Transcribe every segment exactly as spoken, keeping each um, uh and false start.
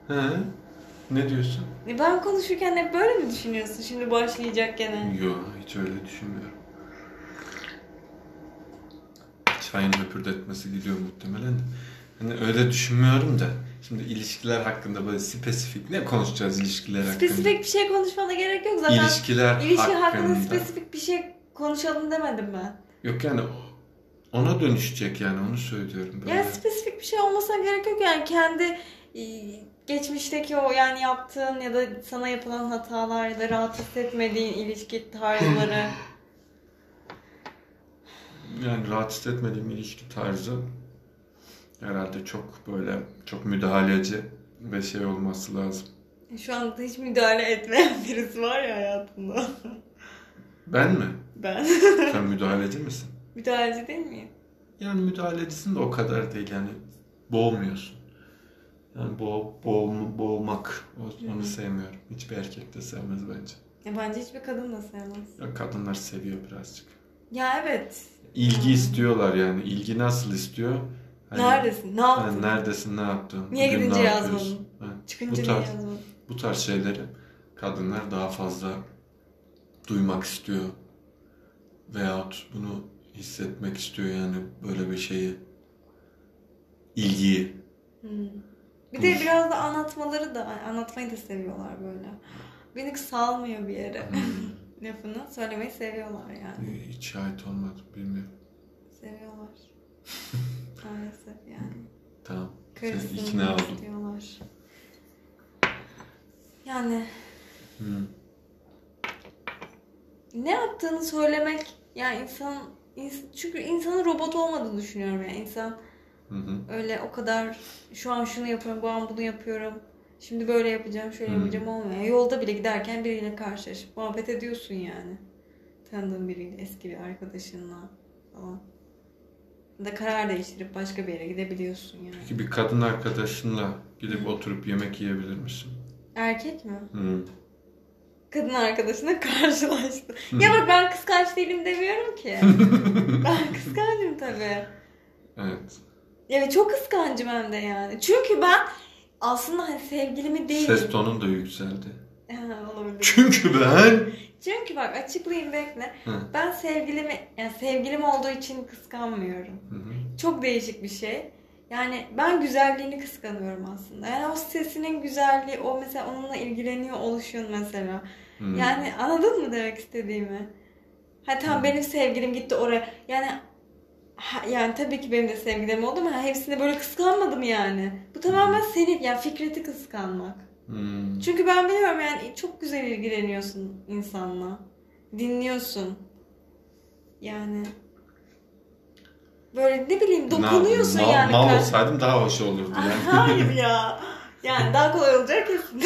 He? Ne diyorsun? E ben konuşurken hep böyle mi düşünüyorsun şimdi başlayacak gene? Yok, hiç öyle düşünmüyorum. Çayın höpürdetmesi gidiyor muhtemelen. Hani öyle düşünmüyorum da. Şimdi ilişkiler hakkında böyle spesifik ne konuşacağız ilişkiler hakkında? Spesifik bir şey konuşmana gerek yok zaten. İlişkiler ilişki hakkında. hakkında spesifik bir şey konuşalım demedim ben. Yok yani ona dönüşecek yani onu söylüyorum böyle. Yani spesifik bir şey olmasına gerek yok yani kendi geçmişteki o yani yaptığın ya da sana yapılan hatalar ya da rahat hissetmediğin ilişki tarzları. Yani rahat hissetmediğim ilişki tarzı herhalde çok böyle çok müdahaleci ve şey olması lazım. Şu anda hiç müdahale etmeyen birisi var ya hayatında. Ben mi? Ben. Sen müdahaleci misin? Müdahaleci değil miyim? Yani müdahalecisin de o kadar değil yani boğmuyorsun. Yani boğ, boğ, boğmak onu hmm. sevmiyorum. Hiçbir erkek de sevmez bence. Ya bence hiçbir kadın da sevmez. Ya kadınlar seviyor birazcık. Ya evet. İlgi yani. istiyorlar yani. İlgi nasıl istiyor? Hani, neredesin? Ne yaptın? Yani neredesin? Ne yaptın? Niye Bugün gidince ne yazmadın? Yani Çıkınca bu tarz, niye yazmadın? Bu tarz şeyleri kadınlar daha fazla duymak istiyor. Veyahut bunu hissetmek istiyor yani böyle bir şeyi. İlgiyi. Hmm. Bir de biraz da anlatmaları da, anlatmayı da seviyorlar böyle. Beni salmıyor bir yere. Hmm. Lafını söylemeyi seviyorlar yani. Hiç şahit olmadım, bilmiyorum. Seviyorlar. Maalesef yani. Tamam. Karısını ikna oldum. istiyorlar. Yani. Hmm. Ne yaptığını söylemek yani insan, insan çünkü insanın robot olmadığını düşünüyorum yani insan. Hı hı. Öyle o kadar şu an şunu yapıyorum, bu an bunu yapıyorum. Şimdi böyle yapacağım, şöyle hmm. yapacağım olmuyor. Yolda bile giderken biriyle karşılaşıp muhabbet ediyorsun yani. Tanıdığın biriyle, eski bir arkadaşınla falan. Da karar değiştirip başka bir yere gidebiliyorsun yani. Peki bir kadın arkadaşınla gidip hmm. oturup yemek yiyebilir misin? Erkek mi? Hmm. Kadın arkadaşına karşılaştı. Hmm. Ya bak ben kıskanç değilim demiyorum ki. Ben kıskancım tabii. Evet. Evet çok kıskancım hem de yani. Çünkü ben aslında hani sevgilimi değil. Ses tonun da yükseldi. Ha, olabilir. Çünkü ben. Çünkü bak açıklayayım bekle. Hı. Ben sevgilimi, yani sevgilim olduğu için kıskanmıyorum. Hı hı. Çok değişik bir şey. Yani ben güzelliğini kıskanıyorum aslında. Yani o sesinin güzelliği, o mesela onunla ilgileniyor oluşun mesela. Hı. Yani anladın mı demek istediğimi? Ha tamam benim sevgilim gitti oraya. Yani Ha, yani tabii ki benim de sevgilim oldu ama hepsini böyle kıskanmadım yani. Bu tamamen hmm. senin yani Fikret'i kıskanmak. Hmm. Çünkü ben biliyorum yani çok güzel ilgileniyorsun insanla. Dinliyorsun. Yani böyle ne bileyim dokunuyorsun mal, yani. Mal olsaydım daha hoş olurdu yani. Hayır ya. Yani daha kolay olacak kesin.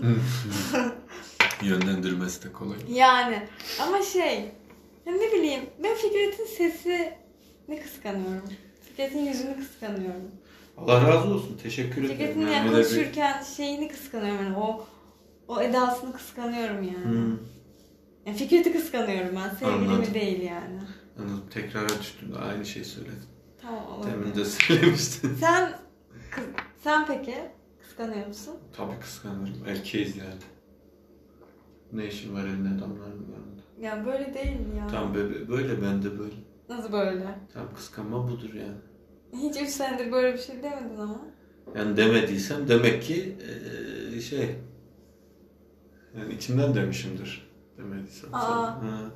Yönlendirmesi de kolay. Yani ama şey ne bileyim ben Fikret'in sesi ne kıskanıyorum. Fikret'in yüzünü kıskanıyorum. Allah razı olsun. Teşekkür ederim. Fikret'in yani, yani konuşurken bir... şeyini kıskanıyorum. Yani o o edasını kıskanıyorum yani. Hmm. Yani Fikret'i kıskanıyorum ben. Sevgilimi Anladım. Değil yani. Anladım. Tekrara düştüm. Aynı şeyi söyledim. Tamam olabilir. Demin de söylemiştin. Sen sen peki kıskanıyor musun? Tabii kıskanırım. Erkeğiz yani. Ne işin var elinde adamların yanında? Ya böyle değil mi ya? Tamam böyle ben de böyle. Nasıl böyle? Tamam kıskanma budur yani. Hiç üç senedir böyle bir şey demedin ama. Yani demediysem demek ki ee, şey yani içimden demişimdir. Demediysem. Aa. Ha.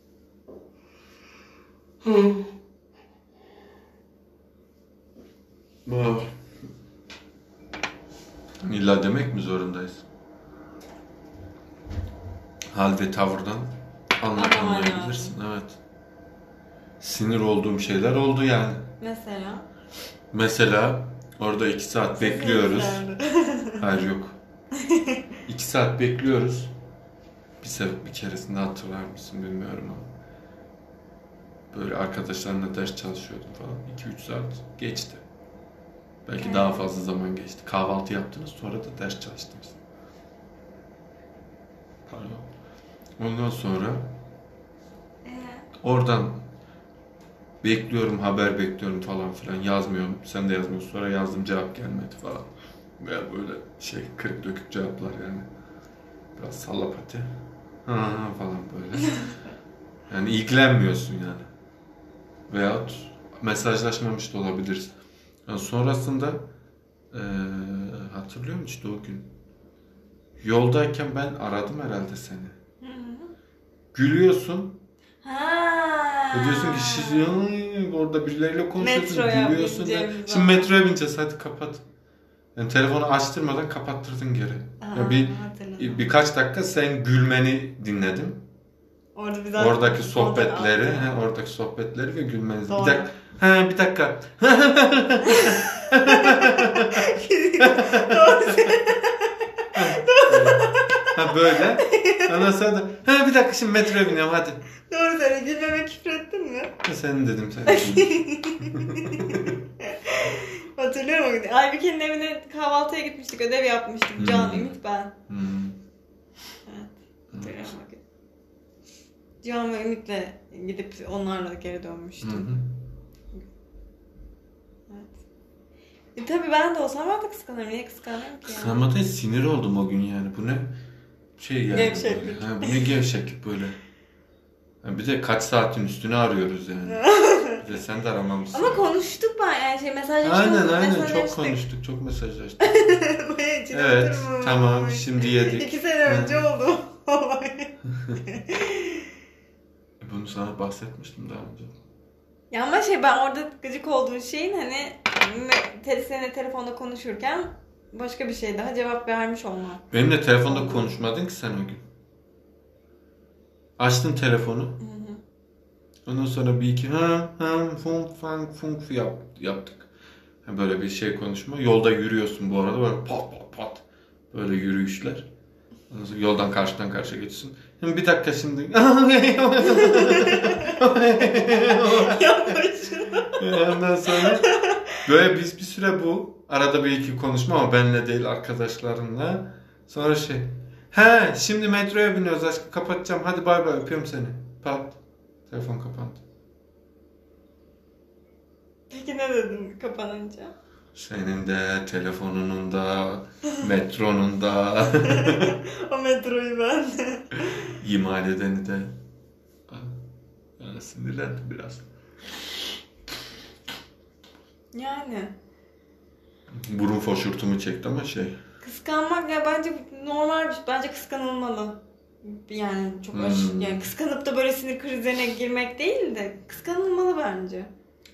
Hı. Bu. İlla demek mi zorundayız? Hal ve tavırdan anlayabilirsin. Evet. Sinir olduğum şeyler oldu yani. Mesela? Mesela orada iki saat Sizin bekliyoruz. Hayır yok. İki saat bekliyoruz. Bir sefer bir keresinde hatırlar mısın bilmiyorum ama. Böyle arkadaşlarla ders çalışıyordum falan. iki üç saat geçti. Belki evet. Daha fazla zaman geçti. Kahvaltı yaptınız sonra da ders çalıştınız. Pardon. Ondan sonra ee? oradan bekliyorum, haber bekliyorum falan filan. Yazmıyorum. Sen de yazmıyorsun. Sonra yazdım cevap gelmedi falan. Veya böyle şey kırık dökük cevaplar yani. Biraz sallapati. Ha ha falan böyle. Yani ilgilenmiyorsun yani. Veyahut mesajlaşmamış da olabiliriz. Yani sonrasında ee, hatırlıyor musun işte o gün? Yoldayken ben aradım herhalde seni. Hı hı. Gülüyorsun. Ha. Ve diyorsun ki siz orada birileriyle konuşuyorsun, Metroya gülüyorsun. Da. bineceğimiz Şimdi zaman. metroya bineceğiz, hadi kapat. Yani telefonu açtırmadan kapattırdın geri. Aa, Ya bir hatırladım. birkaç dakika sen gülmeni dinledim. Orada bir zaten Oradaki sohbetleri, orada- he, oradaki sohbetleri ve gülmenizi. Doğru. Bir dakika. Ha bir dakika. Ha böyle. Ondan sonra da ha bir dakika şimdi metroya biniyorum hadi. Doğru söyle. Gülmeme küfür ettin mi? Senin dedim sen. Hatırlıyorum o gün. Aybüke'nin evine kahvaltıya gitmiştik. Ödev yapmıştık. Hmm. Can, Ümit, ben. Hmm. Evet. Hatırlıyorum o gün. Can ve Ümit'le gidip onlarla geri dönmüştüm. Hı hı. Evet. E, tabii ben de olsam ben de kıskanırım. Niye kıskanırım ki? Yani? Kıskanmadan sinir oldum o gün yani. Bu ne şey yani. Gevşeklik. Böyle. Ha, bu ne gevşeklik böyle. Ha, bir de kaç saatin üstüne arıyoruz yani. Bir de sen de aramamışsın. Ama konuştuk ben yani şey mesajlaştık. Aynen aynen mesajlaştık. çok konuştuk, çok mesajlaştık. Bayağı içine Evet oturmuş. tamam şimdi yedik. İki sene önce oldu. Bunu sana bahsetmiştim daha önce. Ya ama şey ben orada gıcık olduğum şeyin hani te- seninle telefonda konuşurken başka bir şey daha cevap vermiş olmam. Benimle telefonda konuşmadın ki sen o gün. Açtın telefonu. Hı hı. Ondan sonra bir iki ha ha funk funk funk yap, yaptık. Böyle bir şey konuşma. Yolda yürüyorsun bu arada böyle pat pat pat böyle yürüyüşler. Ondan sonra yoldan karşıdan karşıya geçiyorsun. Şimdi bir dakika şimdi. Ondan sonra böyle biz bir süre bu arada bir iki konuşma ama benimle değil arkadaşlarınla. Sonra şey. He şimdi metroya biniyoruz aşkım kapatacağım. Hadi bay bay öpüyorum seni. Pat. Telefon kapandı. Peki ne dedin kapanınca? Senin de telefonunun da metronun da O metroyu ben de. imal edeni de yani sinirlendim biraz. Yani. Burun foşurtumu çekti ama şey. Kıskanmak ya bence normal bir şey. Bence kıskanılmalı. Yani çok Hmm. aşırı. Yani kıskanıp da böyle sinir krizlerine girmek değil de kıskanılmalı bence.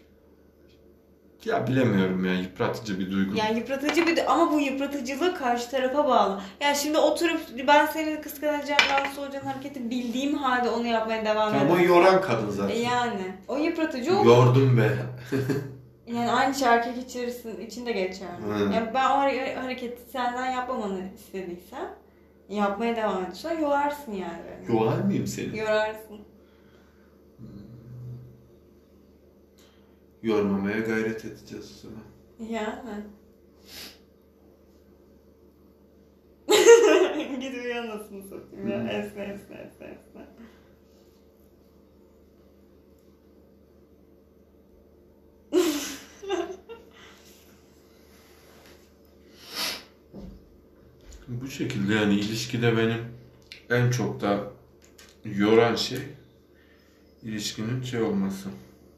Ya bilemiyorum ya yıpratıcı bir duygu. Yani yıpratıcı bir de ama bu yıpratıcılığı karşı tarafa bağlı. Yani şimdi oturup ben seni kıskanacağım, rahatsız olacağım hareketi bildiğim halde onu yapmaya devam ederim. Ama yoran kadın zaten. E yani o yıpratıcı olur. Yordum be. Yani aynı şey erkek içerisinde içinde geçer. Hmm. Yani ben o hare- hareketi senden yapmamanı istediysem yapmaya devam ediyorsan yorarsın yani. Yorar mıyım seni? Yorarsın. Yormamaya gayret edeceğiz o zaman. Yani. Git uyan nasıl satayım ya. Esne esne esne esne. Bu şekilde yani ilişkide benim en çok da yoran şey ilişkinin şey olması.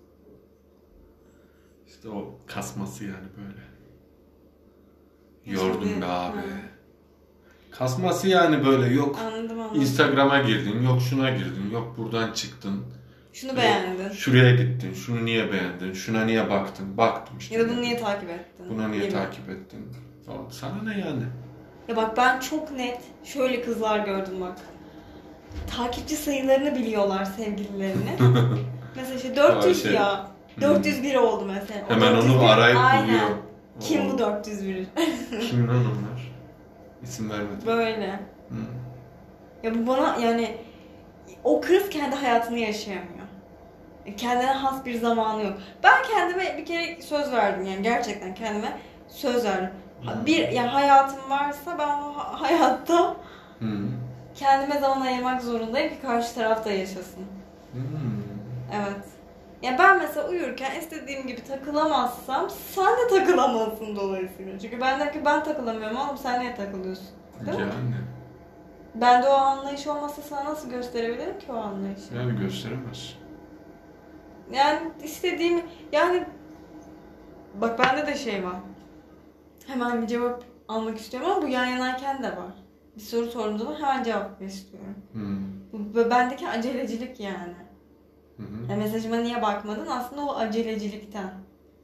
İşte o kasması yani böyle. Yordum be abi. Ha. Kasması yani böyle yok. Anladım anladım. Instagram'a girdin, yok şuna girdin, yok buradan çıktın. Şunu beğendin. Şuraya gittin, şunu niye beğendin, şuna niye baktın, baktım işte. Ya da bunu niye takip ettin? Buna niye gibi. takip ettin falan. Sana ne yani? Ya bak ben çok net şöyle kızlar gördüm bak. Takipçi sayılarını biliyorlar sevgililerini. Mesela işte dört yüz Şey, ya. dört yüz bir oldu mesela. O hemen dört yüz onu bir arayıp aynen. buluyor. Kim O- bu dört yüz bir? Kim lan onlar? İsim vermedim. Böyle. Hı. Ya bu bana yani o kız kendi hayatını yaşayamıyor. Kendine has bir zamanı yok. Ben kendime bir kere söz verdim yani gerçekten kendime söz verdim. Hı. Bir yani hayatım varsa ben o ha- hayatta Hı. kendime zaman ayırmak zorundayım ki karşı taraf da yaşasın. Hı. Evet. Ya ben mesela uyurken istediğim gibi takılamazsam sen de takılamazsın dolayısıyla. Çünkü ben der ki ben takılamıyorum oğlum sen niye takılıyorsun? Değil yani. mi? Bende o anlayış olmasa sana nasıl gösterebilirim ki o anlayışı? Yani gösteremez. Yani istediğim yani bak bende de şey var. Hemen bir cevap almak istiyorum ama bu yan yanayken de var. Bir soru sorduğum zaman hemen cevap vermek istiyorum. Hmm. Bu bendeki acelecilik yani. Hı hı. Yani mesajıma niye bakmadın? Aslında o acelecilikten.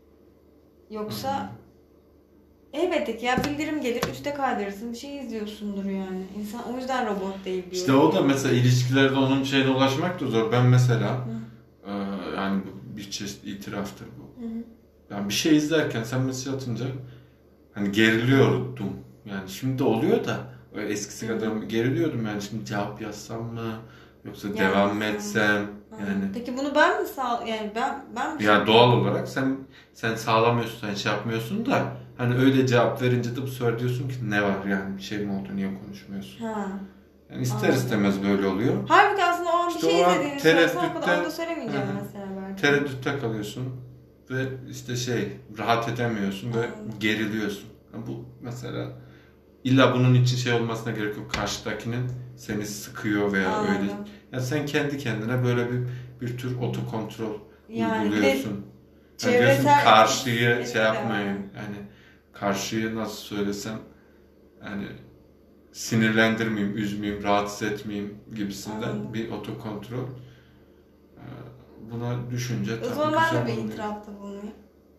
Yoksa Hı hı. elbette ki ya bildirim gelir üste kaydırırsın bir şey izliyorsundur yani. İnsan o yüzden robot değil diyor. İşte o da mesela ilişkilerde onun şeyine ulaşmak da zor. Ben mesela e, yani bu bir çeşit itiraftır bu. Hı hı. Yani bir şey izlerken sen mesaj atınca hani geriliyordum. Yani şimdi de oluyor da öyle eskisi kadar geriliyordum yani şimdi cevap yazsam mı yoksa Yani, devam mı etsem yani. Peki bunu ben mi sağ yani ben ben mi Yani doğal olarak sen sen sağlamıyorsun sen şey yapmıyorsun da hani öyle cevap verince de bu sefer diyorsun ki ne var yani bir şey mi oldu niye konuşmuyorsun? Ha. Yani ister Anladım. istemez böyle oluyor. Halbuki aslında o an İşte bir şey o an izlediğini söylesen o tereddütten- kadar onu da söylemeyeceğim Hı hı. mesela belki. Tereddütte kalıyorsun ve işte şey rahat edemiyorsun ve Anladım. geriliyorsun. Yani bu mesela illa bunun için şey olmasına gerek yok. Karşıdakinin seni sıkıyor veya Anladım. öyle. Yani sen kendi kendine böyle bir bir tür otokontrol Yani bir de uyguluyorsun. Yani çevresel diyorsun karşıyı etkisi şey de yapmayın. var. Yani karşıyı nasıl söylesem yani sinirlendirmeyeyim, üzmeyeyim, rahatsız etmeyeyim gibisinden Anladım. bir otokontrol. Ee, Buna düşünce O tabii zaman ben güzel de bir oluyor. itirafta bulunayım.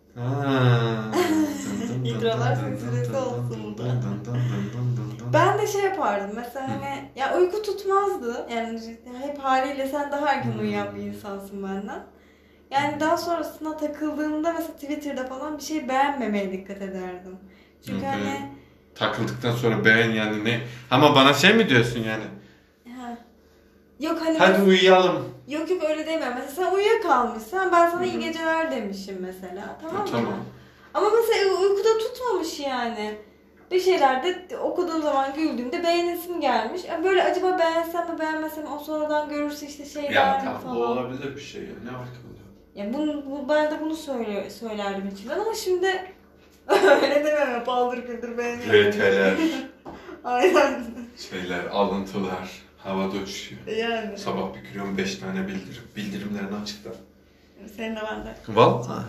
Ha. İdrarlar silsilesi olsun bu da. Ben de şey yapardım mesela hani ya uyku tutmazdı yani hep haliyle sen daha erken Hmm. uyuyan bir insansın benden. Yani daha sonrasında takıldığımda mesela Twitter'da falan bir şey beğenmemeye dikkat ederdim. Çünkü Yok, hani evet. Takıldıktan sonra beğen yani ne? Ama bana şey mi diyorsun yani? ha, yok hani Hadi uyuyalım. yok yok öyle demiyorum. Mesela sen uyuyakalmışsın ben sana Hı hı. iyi geceler demişim mesela tamam Ha, mı? tamam. Ama mesela uykuda tutmamış yani. Bir şeylerde okuduğum zaman güldüğümde beğenesim gelmiş. Yani böyle acaba beğensem mi beğenmesem mi o sonradan görürse işte şeyler Ya mi tamam falan. bu olabilir bir şey ya. Ne var ki bunda? Ya bunu, bu, ben de bunu söyle, söylerdim içimden ama şimdi öyle demem. Paldır küldür beğeniyorum. R T'ler, Aynen. şeyler, alıntılar havada uçuyor. Yani. Sabah bir giriyorum beş tane bildirim. Bildirimlerini açıkla. Senin de bende. Vallahi.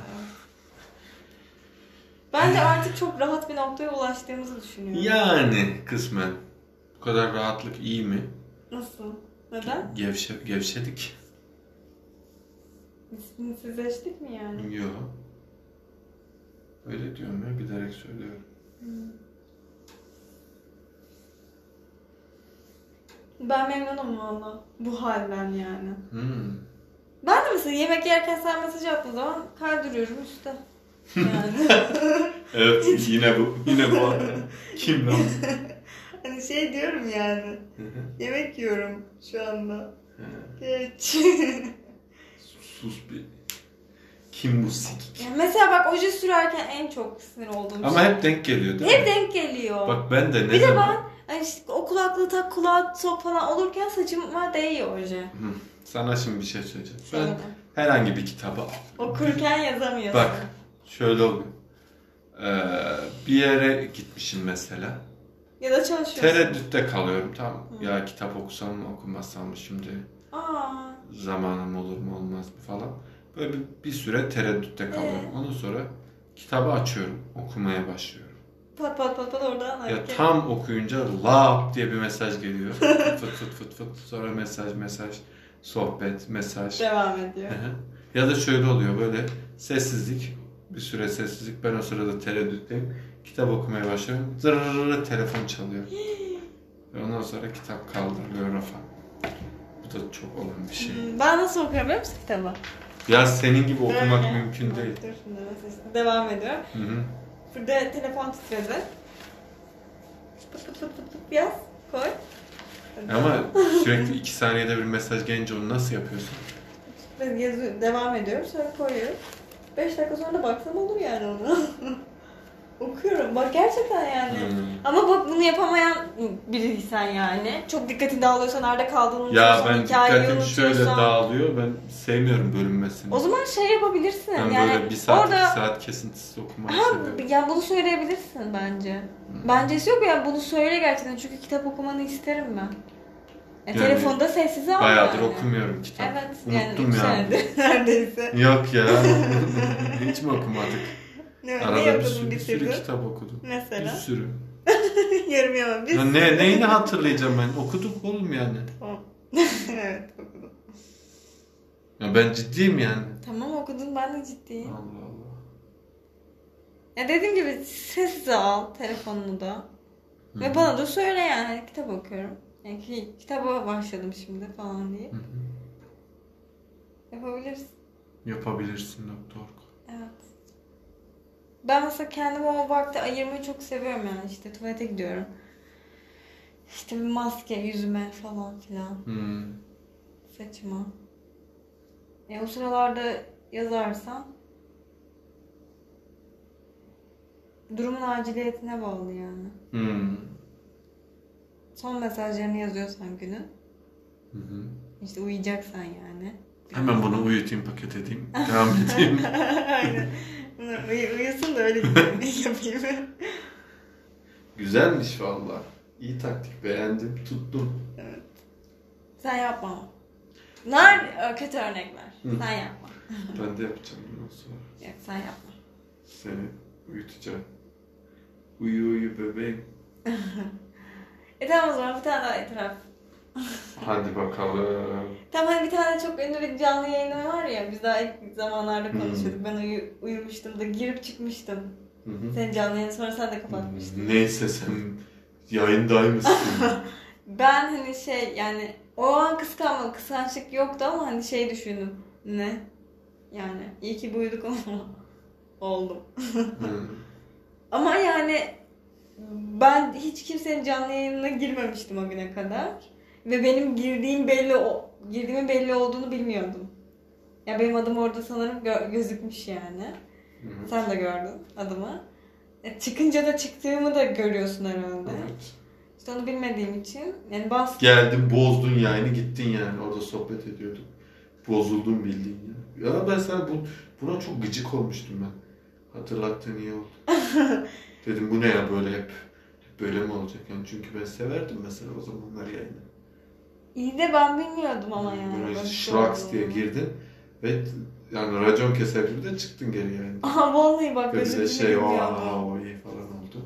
Bence artık çok rahat bir noktaya ulaştığımızı düşünüyorum. Yani kısmen. Bu kadar rahatlık iyi mi? Nasıl? Neden? Gevşe, gevşedik. Disiplinsizleştik mi yani? Yok. Öyle diyorum ya bilerek söylüyorum. Hmm. Ben memnunum valla. Bu halden yani. Hmm. Ben de mesela yemek yerken sen mesaj attığın zaman kaydırıyorum üstte. Yani. Evet yine bu. Yine bu. Kim lan? Hani şey diyorum yani. Yemek yiyorum şu anda. Geç. Sus bir. Kim bu sikik? Yani mesela bak oje sürerken en çok sinir olduğum Ama şey. hep denk geliyor değil Hep mi? denk geliyor. Bak ben de ne bir de zaman... ben hani işte o kulaklığı tak kulağa sok falan olurken saçıma değiyor oje. Hı, sana şimdi bir şey söyleyeceğim. Ben Söyle. herhangi bir kitaba... Okurken yazamıyorsun. Bak şöyle oluyor. Ee, bir yere gitmişim mesela. Ya da çalışıyorsun. Tereddütte kalıyorum tamam. Hı. Ya kitap okusam mı okumasam mı şimdi? Aa. Zamanım olur mu olmaz mı falan. Böyle bir, bir süre tereddütte kalıyorum. Ee? Ondan sonra kitabı açıyorum. Okumaya başlıyorum. Pat pat pat pat oradan Ya hareket. tam okuyunca lap diye bir mesaj geliyor. Fıt fıt fıt fıt fıt. Sonra mesaj mesaj. Sohbet mesaj. Devam ediyor. Hı hı. Ya da şöyle oluyor böyle sessizlik. Bir süre sessizlik. Ben o sırada tereddütteyim. Kitap okumaya başlıyorum. Zırrrr telefon çalıyor. Ve ondan sonra kitap kaldırılıyor rafa. Bu da çok olan bir şey. Hmm, Ben nasıl okuyorum biliyor musun kitabı? Ya senin gibi okumak Böyle. mümkün değil. Dur şimdi mesela işte devam ediyor. Hı hı. Burada telefon titredi. Pıt pıt pıt pıt pıt yaz. Koy. Ama sürekli iki saniyede bir mesaj gelince onu nasıl yapıyorsun? Ben yazı devam ediyorum sonra koyuyorum. beş dakika sonra da baksam olur yani ona. Okuyorum. Bak gerçekten yani. Hmm. Ama bak bunu yapamayan biriysen yani. Çok dikkati dağılıyorsa, nerede kaldığını Ya unutuyorsan, ben hikayeyi dikkatim şöyle unutuyorsan. dağılıyor. Ben sevmiyorum bölünmesini. O zaman şey yapabilirsin. Ben yani böyle bir saat orada... iki saat kesintisiz okumayı Ha, seviyorum. yani bunu söyleyebilirsin bence. Hmm. Bencesi yok ya, bunu söyle gerçekten çünkü kitap okumanı isterim ben. E, Yani telefonda sessize al bayağıdır yani. okumuyorum kitap. Evet, Unuttum yani üç ya. senedir neredeyse. Yok ya. Hiç mi okumadık? Ne, ne Arada bir yapalım sürü, bir sürü bitirdin? kitap okudum. Mesela? Bir sürü. Yarım yalan bir Ya sürü. ne, neyini hatırlayacağım ben? Okuduk oğlum yani. Tamam. Evet okudum. Ya ben ciddiyim yani. Tamam okudun, ben de ciddiyim. Allah Allah. Ya dediğim gibi sessize al telefonunu da. Hı. Ve bana da söyle yani hani kitap okuyorum. Yani ki, kitaba başladım şimdi falan diye. Hı hı. Yapabilirsin. Yapabilirsin doktor. Evet. Ben mesela kendime o vakti ayırmayı çok seviyorum yani, işte tuvalete gidiyorum. İşte bir maske yüzüme falan filan. Hmm. Saçıma. E o sıralarda yazarsam durumun aciliyetine bağlı yani. Hmm. Son mesajlarını yazıyorsan günün. Hı hı. İşte uyuyacaksan yani. Hemen bunu uyutayım, paket edeyim. Devam edeyim. Aynen. Uy- uyusun da öyle gideyim, yapayım. Güzelmiş valla. İyi taktik, beğendim, tuttum. Evet. Sen yapma. Bunlar e, kötü örnekler. Hı. Sen yapma. Ben de yapacağım bundan sonra. Yok sen yapma. Seni uyutacağım. Uyu uyu bebeğim. E tamam o zaman bir tane daha itiraf. Hadi bakalım. Tamam hani bir tane çok ünlü bir canlı yayını var ya, biz daha ilk zamanlarda konuşuyorduk. Hmm. Ben uyu, uyumuştum da girip çıkmıştım. Hı hı. Senin canlı yayını sonra sen de kapatmıştın. Neyse sen yayındaymışsın. Ben hani şey yani o an kıskanma, kıskançlık yoktu ama hani şey düşündüm. Ne? Yani iyi ki buyduk ama oldum. Hı. Ama yani ben hiç kimsenin canlı yayınına girmemiştim o güne kadar. Ve benim girdiğim belli o girdiğimin belli olduğunu bilmiyordum. Ya benim adım orada sanırım gö- gözükmüş yani. Hı. Sen de gördün adımı. E, çıkınca da çıktığımı da görüyorsun herhalde. Evet. İşte onu bilmediğim için yani bastım. Geldin, bozdun yayını, gittin yani. Orada sohbet ediyorduk. Bozuldun bildiğin ya. Ya ben sana bu, buna çok gıcık olmuştum ben. Hatırlattığın iyi oldu. Dedim bu ne ya böyle hep, hep böyle mi olacak yani, çünkü ben severdim mesela o zamanlar yayını. İyi de ben bilmiyordum ama yani. Böyle böyle şraks diye olduğunu. girdin ve yani racon keser gibi de çıktın geri yani. Aha vallahi bak Böyle gözümün şey o bilmiyordum. aa o iyi falan oldu.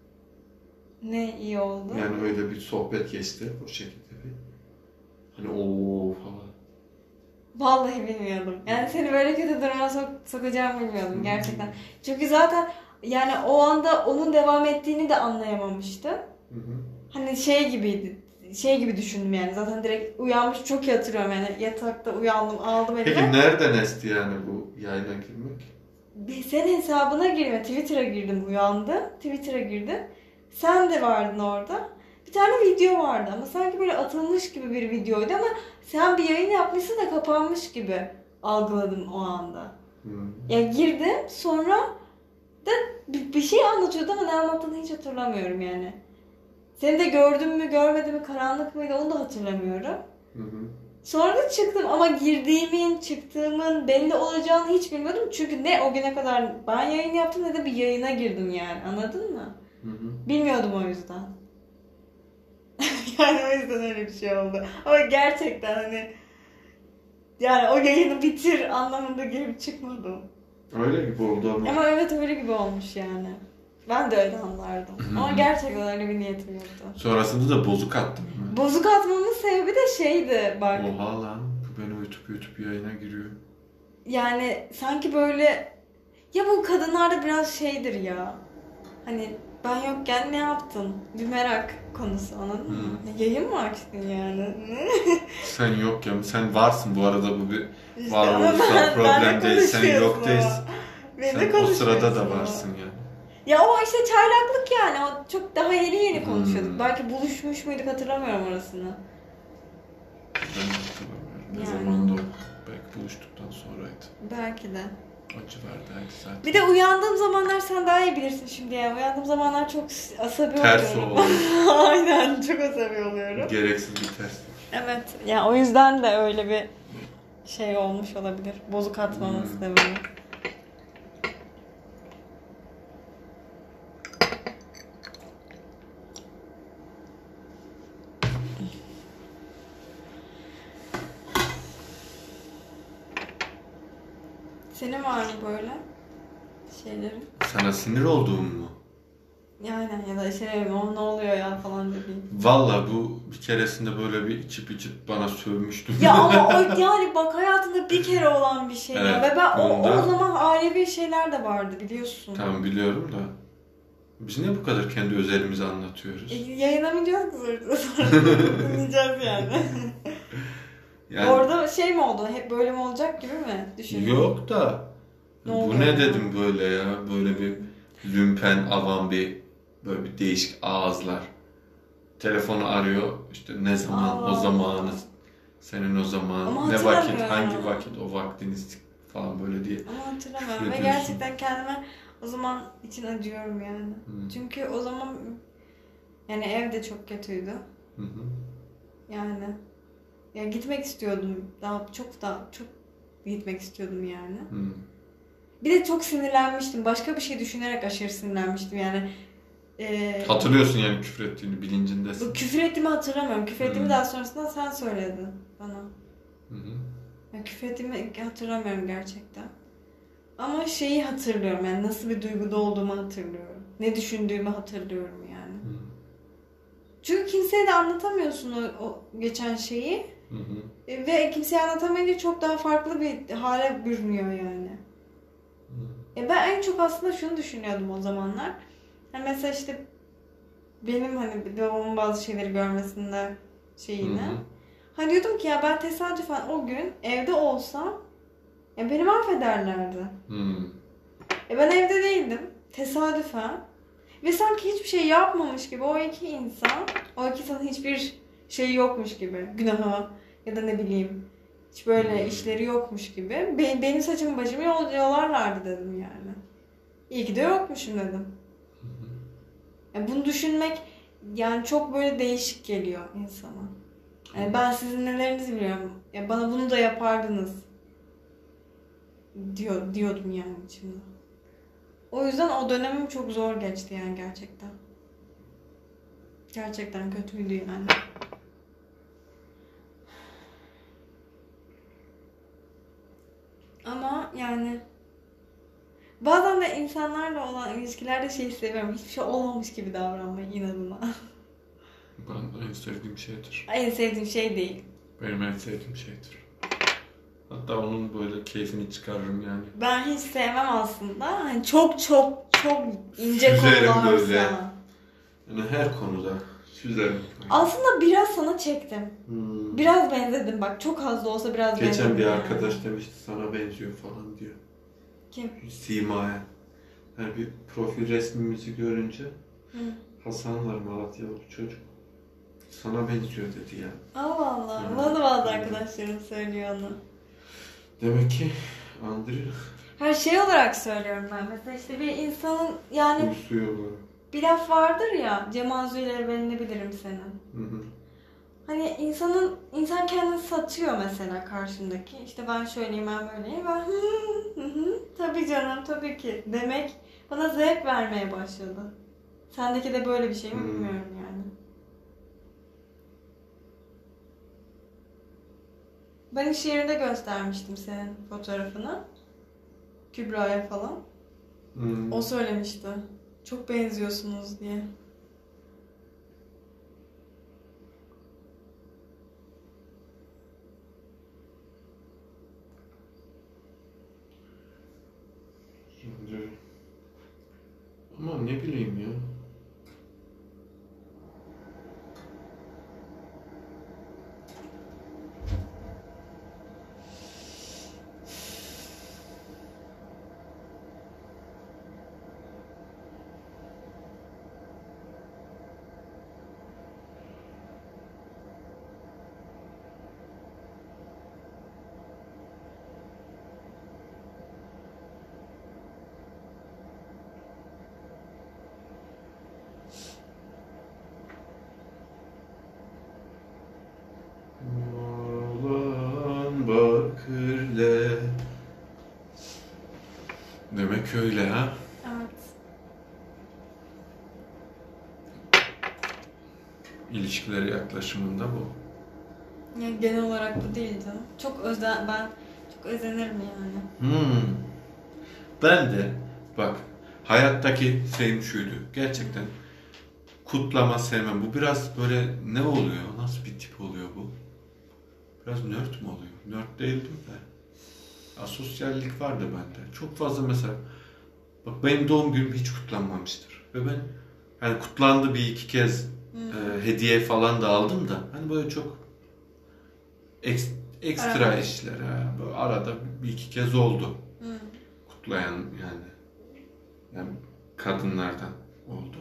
Ne iyi oldu. Yani öyle bir sohbet geçti o şekilde bir. Hani ooo falan. Vallahi bilmiyordum. Yani seni böyle kötü duruma sok sokacağımı bilmiyordum gerçekten. Çünkü zaten yani o anda onun devam ettiğini de anlayamamıştım. Hı hı. Hani şey gibiydi. Şey gibi düşündüm yani. Zaten direkt uyanmış, çok iyi hatırlıyorum yani. Yatakta uyandım, aldım elime. Peki nereden esti yani bu yayına girmek? Bir senin hesabına girme. Twitter'a girdim, uyandım. Twitter'a girdim. Sen de vardın orada. Bir tane video vardı ama sanki böyle atılmış gibi bir videoydu ama sen bir yayın yapmışsın da kapanmış gibi algıladım o anda. Hmm. Ya girdim, sonra da bir, bir şey anlatıyordu ama ne anlattığını hiç hatırlamıyorum yani. Seni de gördüm mü görmedim mi, karanlık mıydı onu da hatırlamıyorum. Hı hı. Sonra da çıktım ama girdiğimin çıktığımın belli olacağını hiç bilmiyordum. Çünkü ne o güne kadar ben yayın yaptım ne de bir yayına girdim yani, anladın mı? Hı hı. Bilmiyordum o yüzden. Yani o yüzden öyle bir şey oldu. Ama gerçekten hani yani o yayını bitir anlamında girip çıkmadım. Öyle gibi oldu ama. Ama evet öyle gibi olmuş yani. Ben de öyle anlardım. Hı hı. Ama gerçekten öyle bir niyetim yoktu. Sonrasında da bozuk attım ben. Bozuk atmamın sebebi de şeydi bak. Oha lan, bu beni uyutup uyutup yayına giriyor. Yani sanki böyle ya bu kadınlarda biraz şeydir ya. Hani ben yokken ne yaptın? Bir merak konusu, anladın mı? Hı. Yayın mı açtın yani? Sen yok ya, sen varsın bu arada, bu bir İşte ama varoluşsal ben- problem benle değil, sen konuşuyorsun yok ama. değilsin. Benimle Sen o sırada konuşuyorsun da ama. varsın yani. Ya o işte çaylaklık yani. O çok daha yeni yeni konuşuyorduk. Hmm. Belki buluşmuş muyduk hatırlamıyorum orasını. Ben de hatırlamıyorum. Ne Yani. zamanda o? Belki buluştuktan sonraydı. Belki de. O civardaydı zaten. Bir de uyandığım zamanlar sen daha iyi bilirsin şimdi ya. Uyandığım zamanlar çok asabi Ters oluyorum. oluyor. Aynen, çok asabi oluyorum. Gereksiz bir ters. Evet. Yani o yüzden de öyle bir şey olmuş olabilir. Bozuk atmaması Hmm. da böyle. Senin var mı böyle şeylerin? Sana sinir olduğum mu? Yani ya da şey o ne oluyor ya falan dediğin. Valla bu bir keresinde böyle bir içip içip bana sövmüştü. Ya ama o yani bak hayatında bir kere olan bir şey ya. Evet, Ve ben o, onda- o zaman ailevi şeyler de vardı biliyorsun. Tamam biliyorum da. Biz niye bu kadar kendi özelimizi anlatıyoruz? E, yayınlamayacağız ki sonra. Sonra dinleyeceğiz yani. Yani, Orada şey mi oldu? Hep böyle mi olacak gibi mi düşünüyorsun? yok da. Ne bu oluyor ne ya? dedim böyle ya? Böyle bir lümpen, avam bir böyle bir değişik ağızlar. Telefonu arıyor. İşte ne zaman, Allah o zamanı, Allah. senin o zaman, Ama ne vakit, hatırlamıyorum. hangi vakit, o vaktiniz falan böyle diye. Ama hatırlamıyorum ve Küfür ediyorsun. gerçekten kendime o zaman için acıyorum yani. Hmm. Çünkü o zaman yani ev de çok kötüydü. Hı hı. Yani ya gitmek istiyordum. Daha çok da çok gitmek istiyordum yani. Hı. Bir de çok sinirlenmiştim. Başka bir şey düşünerek aşırı sinirlenmiştim yani. Ee, Hatırlıyorsun yani küfür ettiğini bilincindesin. bu küfür ettiğimi hatırlamıyorum. Küfür ettiğimi Hmm. daha sonrasında sen söyledin bana. Hı hı. Ya küfür ettiğimi hatırlamıyorum gerçekten. Ama şeyi hatırlıyorum yani nasıl bir duyguda olduğumu hatırlıyorum. Ne düşündüğümü hatırlıyorum yani. Hı. Çünkü kimseye de anlatamıyorsun o, o geçen şeyi. Hı hı. E, Ve kimseye anlatamayınca çok daha farklı bir hale bürünüyor yani. Hı. E ben en çok aslında şunu düşünüyordum o zamanlar. Yani mesela işte benim hani babamın bazı şeyleri görmesinde şeyini. Hı hı. Hani diyordum ki ya ben tesadüfen o gün evde olsam ya beni mahvederlerdi. Hı. E ben evde değildim. Tesadüfen. Ve sanki hiçbir şey yapmamış gibi o iki insan, o iki insanın hiçbir şey yokmuş gibi. Günahı ya da ne bileyim hiç böyle Hmm. işleri yokmuş gibi. Be- benim saçımı başımı yol- yolarlardı dedim yani. İyi ki de yokmuşum dedim. Hı hı. Yani bunu düşünmek yani çok böyle değişik geliyor insana. Yani ben sizin nelerinizi biliyorum. Ya bana bunu da yapardınız diyor diyordum yani içimde. O yüzden o dönemim çok zor geçti yani gerçekten. Gerçekten kötüydü yani. Ama yani bazen de insanlarla olan ilişkilerde şey seviyorum. Hiçbir şey olmamış gibi davranmayı inadına. Ben en sevdiğim şeydir. En sevdiğim şey değil. Benim en sevdiğim şeydir. Hatta onun böyle keyfini çıkarırım yani. Ben hiç sevmem aslında. Hani çok çok çok ince Süzerim konularsa. böyle. Yani her konuda süzerim. Aslında biraz sana çektim. Hmm. Biraz benzedim bak. Çok az da olsa biraz benzedim. Geçen bir yani. arkadaş demişti sana benziyor falan diyor. Kim? Sima'ya. Yani bir profil resmimizi görünce Hı. Hasan var Malatyalı bir çocuk. Sana benziyor dedi ya. Allah Allah. Hmm. Bana da bazı arkadaşlarım söylüyor onu. Demek ki andırıyor. Her şey olarak söylüyorum ben. Mesela işte bir insanın yani Uyusuyor bu. bir laf vardır ya. Cemanzuyla evvelini bilirim senin. Hı hı. Hani insanın insan kendini satıyor mesela karşındaki. İşte ben şöyleyim ben böyleyim. Ben hı hı hı tabii canım tabii ki demek bana zevk vermeye başladı. Sendeki de böyle bir şey mi Hmm. bilmiyorum yani. Ben iş yerinde göstermiştim senin fotoğrafını. Kübra'ya falan. Hmm. O söylemişti. Çok benziyorsunuz diye. Şimdi... Ama ne bileyim ya. Demek öyle ha. Evet. İlişkilere yaklaşımında bu. Yani genel olarak bu değil canım. Çok özen, ben çok özenirim yani. Hmm. Ben de bak hayattaki şeyim şuydu. Gerçekten kutlama sevmem. Bu biraz böyle ne oluyor? Nasıl bir tip oluyor bu? Biraz nerd mi oluyor? Nerd değildim de. Asosyallik vardı bende. Çok fazla mesela bak benim doğum günüm hiç kutlanmamıştır. Ve ben hani kutlandı bir iki kez e, hediye falan da aldım da hani böyle çok ek, ekstra Arada. işler ha. Böyle arada bir iki kez oldu. Hı. Kutlayan yani. Yani kadınlardan oldu.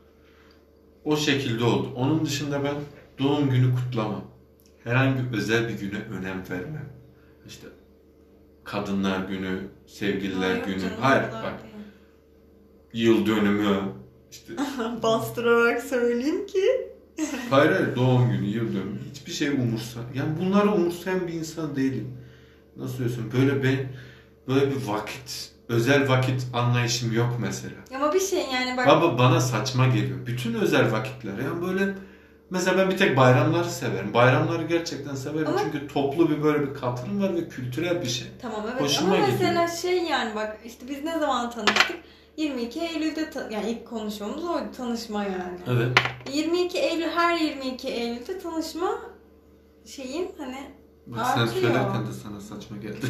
O şekilde oldu. Onun dışında ben doğum günü kutlamam. Herhangi özel bir güne önem vermem. İşte Kadınlar Günü, Sevgililer Yok Günü. canım, Hayır onlar bak. değil. Yıl dönümü. İşte Bastırarak söyleyeyim ki. hayır hayır doğum günü, yıl dönümü. Hiçbir şey umursa. Yani bunları umursayan bir insan değilim. Nasıl diyorsun? Böyle ben böyle bir vakit, özel vakit anlayışım yok mesela. Ama bir şey yani bak. Baba bana saçma geliyor. Bütün özel vakitler. Yani böyle mesela ben bir tek bayramları severim. Bayramları gerçekten severim. Ama... Çünkü toplu bir böyle bir katılım var ve kültürel bir şey. Tamam evet. Hoşuma ama gidiyor. mesela şey yani bak işte biz ne zaman tanıştık? yirmi iki Eylül'de ta- yani ilk konuşmamız oydu, tanışma yani. Evet. yirmi iki Eylül, her yirmi iki Eylül'de tanışma şeyin hani Bak sen artıyor. söylerken de sana saçma geldi.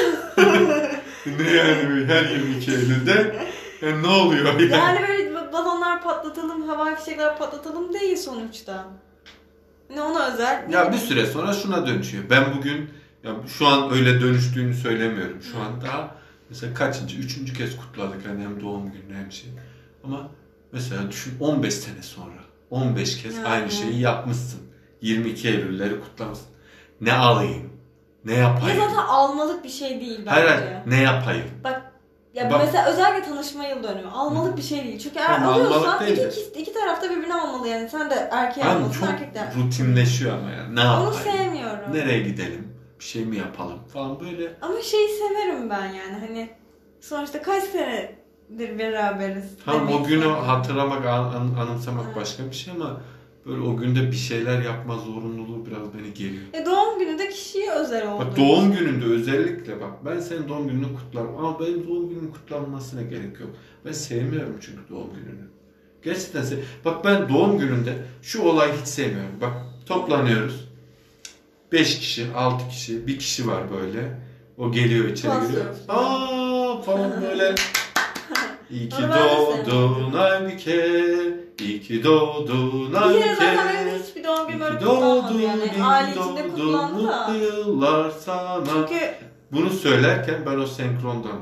Ne yani her yirmi iki Eylül'de yani ne oluyor yani? Yani böyle balonlar patlatalım, havai fişekler patlatalım değil sonuçta. Ne ona özel. Ya ne- bir süre sonra şuna dönüşüyor. Ben bugün ya şu an öyle dönüştüğünü söylemiyorum. Şu Hı. an daha mesela kaçıncı, üçüncü kez kutladık hani hem doğum gününü hem şey. Ama mesela düşün on beş sene sonra on beş kez Yani. aynı şeyi yapmışsın. yirmi iki Eylül'leri kutlamışsın. Ne alayım? Ne yapayım? Ya zaten almalık bir şey değil bence. Hayır, hayır, ne yapayım? Bak ya Bak- mesela özellikle tanışma yıl dönümü almalık bir şey değil. Çünkü eğer Tamam, almalık alıyorsan değil iki, de. iki, iki tarafta birbirini almalı yani. Sen de erkeğe Abi almalısın, çok erkek de. rutinleşiyor ama yani. Ne yapayım? Onu sevmiyorum. Nereye gidelim? Bir şey mi yapalım falan böyle. Ama şeyi severim ben yani hani sonuçta kaç senedir beraberiz. Tam demek o günü seviyorum. hatırlamak, an, an- anımsamak Evet. başka bir şey ama böyle o günde bir şeyler yapma zorunluluğu biraz beni geriyor. E doğum günü de kişiye özel olduğu Bak doğum için. gününde özellikle bak ben senin doğum gününü kutlarım ama benim doğum günümün kutlanmasına gerek yok. Ben sevmiyorum çünkü doğum gününü. Gerçekten sev. Bak ben doğum gününde şu olayı hiç sevmiyorum. Bak toplanıyoruz. Beş kişi, altı kişi, bir kişi var böyle. O geliyor içeri Pasta giriyor. yapıyor. Aa falan böyle. İyi ki Onu ben de doğdun Aybike, iyi ki doğdun Bir kere Aybike. zaten benim hiçbir doğum İyi günüm öyle ki kutlanmadı doğdun, iyi yani. ki Aile içinde doğdun, kutlandı da. mutlu yıllar sana. Çünkü Bunu söylerken ben o senkrondan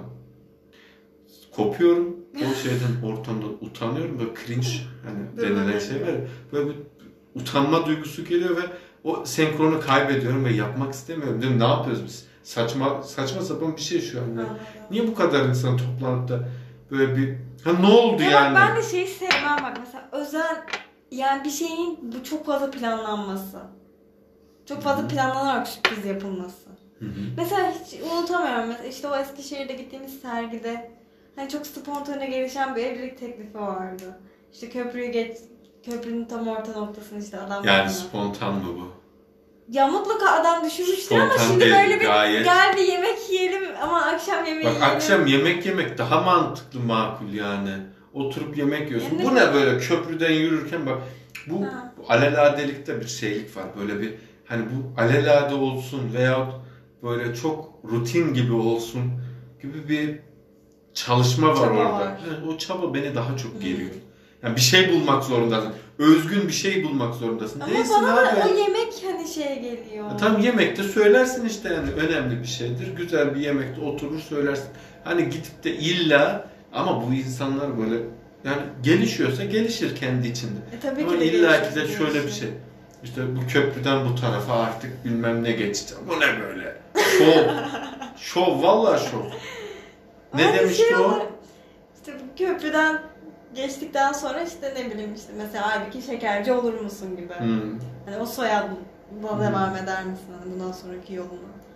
kopuyorum. O şeyden ortamdan utanıyorum. Böyle cringe hani denilen şey var. Böyle bir utanma duygusu geliyor ve o senkronu kaybediyorum ve yapmak istemiyorum. Değil mi? Ne yapıyoruz biz? Saçma saçma sapan bir şey şu an. Yani. Niye bu kadar insan toplanıp da böyle bir ha ne oldu ya yani? bak ben de şeyi sevmem bak mesela özel yani bir şeyin bu çok fazla planlanması. Çok fazla planlanarak sürpriz yapılması. Hı hı. Mesela hiç unutamıyorum. Mesela işte o Eskişehir'de gittiğimiz sergide hani çok spontane gelişen bir evlilik teklifi vardı. İşte köprüyü geç, köprünün tam orta noktasını işte adam Yani bana- spontan mı bu? Ya mutlaka adam düşünmüştür ama Spontan şimdi değil, böyle bir gayet. gel bir yemek yiyelim ama akşam yemeği Bak yiyelim. akşam yemek yemek daha mantıklı makul yani. Oturup yemek yiyorsun. Yani Bu ne böyle köprüden yürürken bak bu, Ha. bu aleladelikte bir şeylik var. Böyle bir hani bu alelade olsun veyahut böyle çok rutin gibi olsun gibi bir çalışma var Çaba orada. var. Yani o çaba beni daha çok geriyor. Yani bir şey bulmak zorundasın. Özgün bir şey bulmak zorundasın. Ama Değilsin bana da abi. o yemek hani şeye geliyor. Ya tam yemekte söylersin işte yani önemli bir şeydir. Güzel bir yemekte oturur söylersin. Hani gidip de illa ama bu insanlar böyle yani gelişiyorsa gelişir kendi içinde. E, tabii Ama ki de illa ki de gelişir, şöyle bir gelişir. şey. İşte bu köprüden bu tarafa artık bilmem ne geçti. Bu ne böyle? Şov. Şov vallahi şov. Ne Ama bir demişti şey o? olarak, İşte bu köprüden geçtikten sonra işte ne bileyim işte mesela Aybüke Şekerci olur musun gibi. Hmm. Hani o soyadla Hmm. devam eder misin hani bundan sonraki yoluna?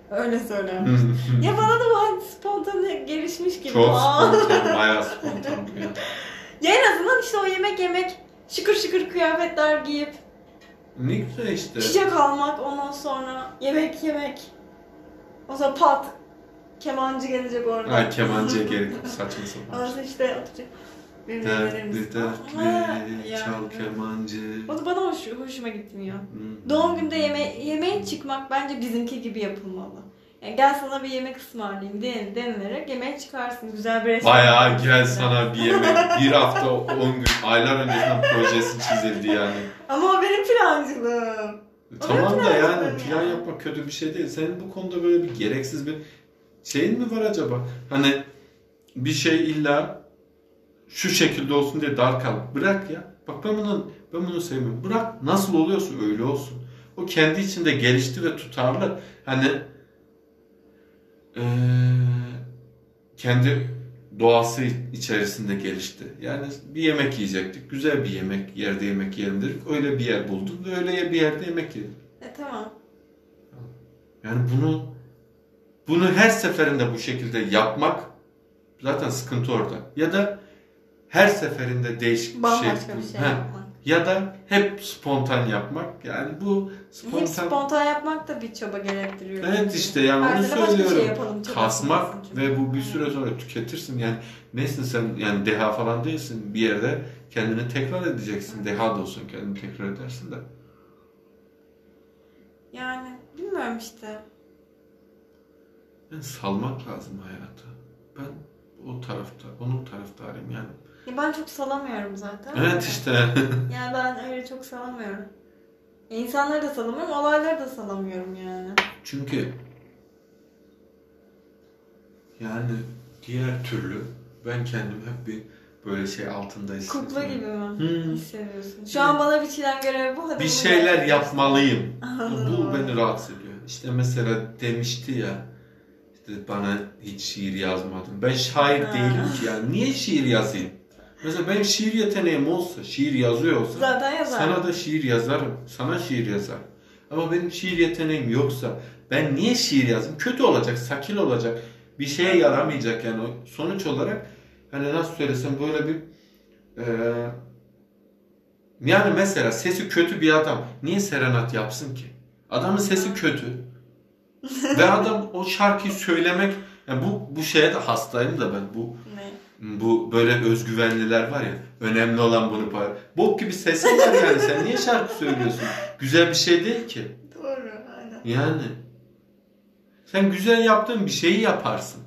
Öyle söylenmiş. Ya bana da bu hani spontane gelişmiş gibi. Çok Aa. spontan, bayağı spontan bu ya. Ya en azından işte o yemek yemek, şıkır şıkır kıyafetler giyip Ne güzel işte. çiçek almak, ondan sonra yemek yemek. O zaman pat kemancı gelecek orada. Ha, kemancıya gerek yok, saçma sapan. Orası işte atacak. Dertli dertli yani. çal kemancı. O da bana hoş, hoşuma gitmiyor. Hmm. Doğum günde yeme yemeğe çıkmak bence bizimki gibi yapılmalı. Yani gel sana bir yemek ısmarlayayım den denilerek yemeğe çıkarsın. Güzel bir restoran. Bayağı gel sana bir yemek. Bir hafta on gün, aylar öncesinden projesi çizildi yani. Ama o benim plancılığım. Tamam da yani plan ya. yapmak kötü bir şey değil. Senin bu konuda böyle bir gereksiz bir şeyin mi var acaba? Hani bir şey illa şu şekilde olsun diye dar kal. Bırak ya. Bak ben bunu ben bunu sevmiyorum. Bırak nasıl oluyorsa öyle olsun. O kendi içinde gelişti ve tutarlı. Hani ee, kendi doğası içerisinde gelişti. Yani bir yemek yiyecektik. Güzel bir yemek, yerde yemek yiyelim dedik. Öyle bir yer bulduk ve öyle bir yerde yemek yedik. E tamam. Yani bunu bunu her seferinde bu şekilde yapmak zaten sıkıntı orada. Ya da her seferinde değişik bir şey, Bambaşka bir şey Heh. yapmak. Ya da hep spontan yapmak. Yani bu spontan... Hep spontan yapmak da bir çaba gerektiriyor. Evet işte yani Her onu sene başka söylüyorum. şey yapalım, Kasmak çünkü. ve bu bir süre sonra tüketirsin. Yani neysin sen, yani deha falan değilsin. Bir yerde kendini tekrar edeceksin. Deha da olsun kendini tekrar edersin de. Yani bilmiyorum işte. Yani salmak lazım hayatı. Ben o tarafta, onun taraftarıyım yani. Ya ben çok salamıyorum zaten. Evet işte. Yani ben öyle çok salamıyorum. Ya İnsanları da salamıyorum, olayları da salamıyorum yani. Çünkü yani diğer türlü ben kendimi hep bir böyle şey altında hissediyorum. Kukla gibi mi Hmm. hissediyorsun? Şu an bana biçilen görev bu. Hadi Bir bunu şeyler gerçekleştir. yapmalıyım. Anladım. Bu beni rahatsız ediyor. İşte mesela demişti ya, işte bana hiç şiir yazmadım. Ben şair Ha. değilim ki yani. Niye şiir yazayım? Mesela benim şiir yeteneğim olsa, şiir yazıyor olsa Zaten yazarım. sana da şiir yazarım. Sana şiir yazarım. Ama benim şiir yeteneğim yoksa ben niye şiir yazayım? Kötü olacak, sakil olacak. Bir şeye yaramayacak yani. Sonuç olarak hani nasıl söylesem böyle bir e, yani mesela sesi kötü bir adam niye serenat yapsın ki? Adamın sesi kötü. Ve adam o şarkıyı söylemek yani bu bu şeye de hastayım da ben bu Ne? bu böyle özgüvenliler var ya, önemli olan bunu par. Bok gibi sesin var yani, sen niye şarkı söylüyorsun? Güzel bir şey değil ki. Doğru, aynen. Yani sen güzel yaptığın bir şeyi yaparsın.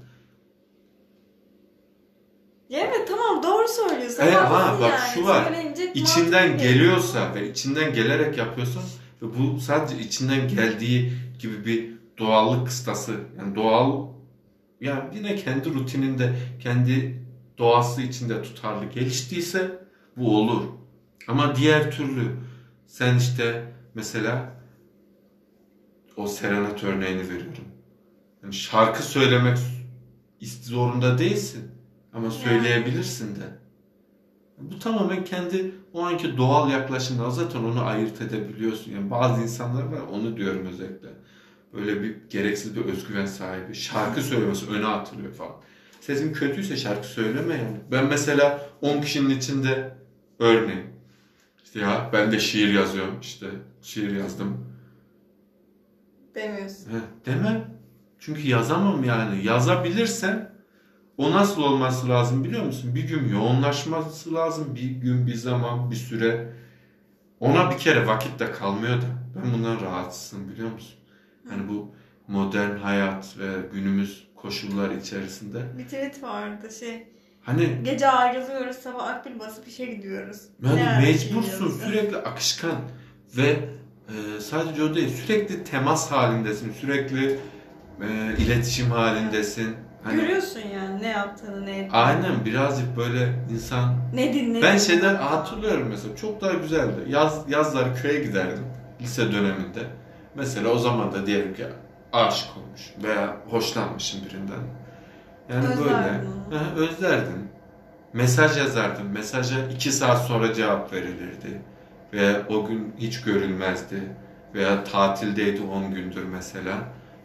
Ya evet tamam doğru söylüyorsun. Evet, Haklısın ha bak yani. şu var. Söyleyince İçinden mantıklı geliyorsa ve içinden gelerek yapıyorsan ve bu sadece içinden geldiği gibi bir doğallık kıstası. Yani doğal, yani yine kendi rutininde, kendi doğası içinde tutarlı geliştiyse bu olur. Ama diğer türlü sen işte mesela o serenat örneğini veriyorum. Yani şarkı söylemek zorunda değilsin ama söyleyebilirsin de. Bu tamamen kendi o anki doğal yaklaşımla zaten onu ayırt edebiliyorsun. Yani bazı insanlar var, onu diyorum özellikle. Böyle bir gereksiz bir özgüven sahibi. Şarkı söylemesi öne atılıyor falan. Sesin kötüyse şarkı söyleme yani. Ben mesela on kişinin içinde örneğin işte ya ben de şiir yazıyorum, işte şiir yazdım demiyorsun. He, demem. Çünkü yazamam yani. Yazabilirsem o nasıl olması lazım biliyor musun? Bir gün yoğunlaşması lazım. Bir gün, bir zaman, bir süre. Ona bir kere vakit de kalmıyor da. Ben bundan rahatsızım biliyor musun? Yani bu modern hayat ve günümüz koşullar içerisinde. Bir tweet vardı şey. Hani Gece ayrılıyoruz, sabah akbil basıp işe gidiyoruz. yani Yani mecbursun, şey sürekli akışkan ve e, sadece o değil, sürekli temas halindesin, sürekli e, iletişim halindesin. Hani, görüyorsun yani ne yaptığını, ne ettiğini. aynen, birazcık böyle insan. Ne dinlediğini. Ben şeyden hatırlıyorum mesela, çok daha güzeldi. Yaz yazları köye giderdim lise döneminde. Mesela o zaman da diyelim ki aşık olmuş veya hoşlanmışım birinden. Yani Özlerdin böyle onu. Hı, özlerdim. Mesaj yazardım. Mesaja iki saat sonra cevap verilirdi. Veya o gün hiç görülmezdi. Veya tatildeydi on gündür mesela.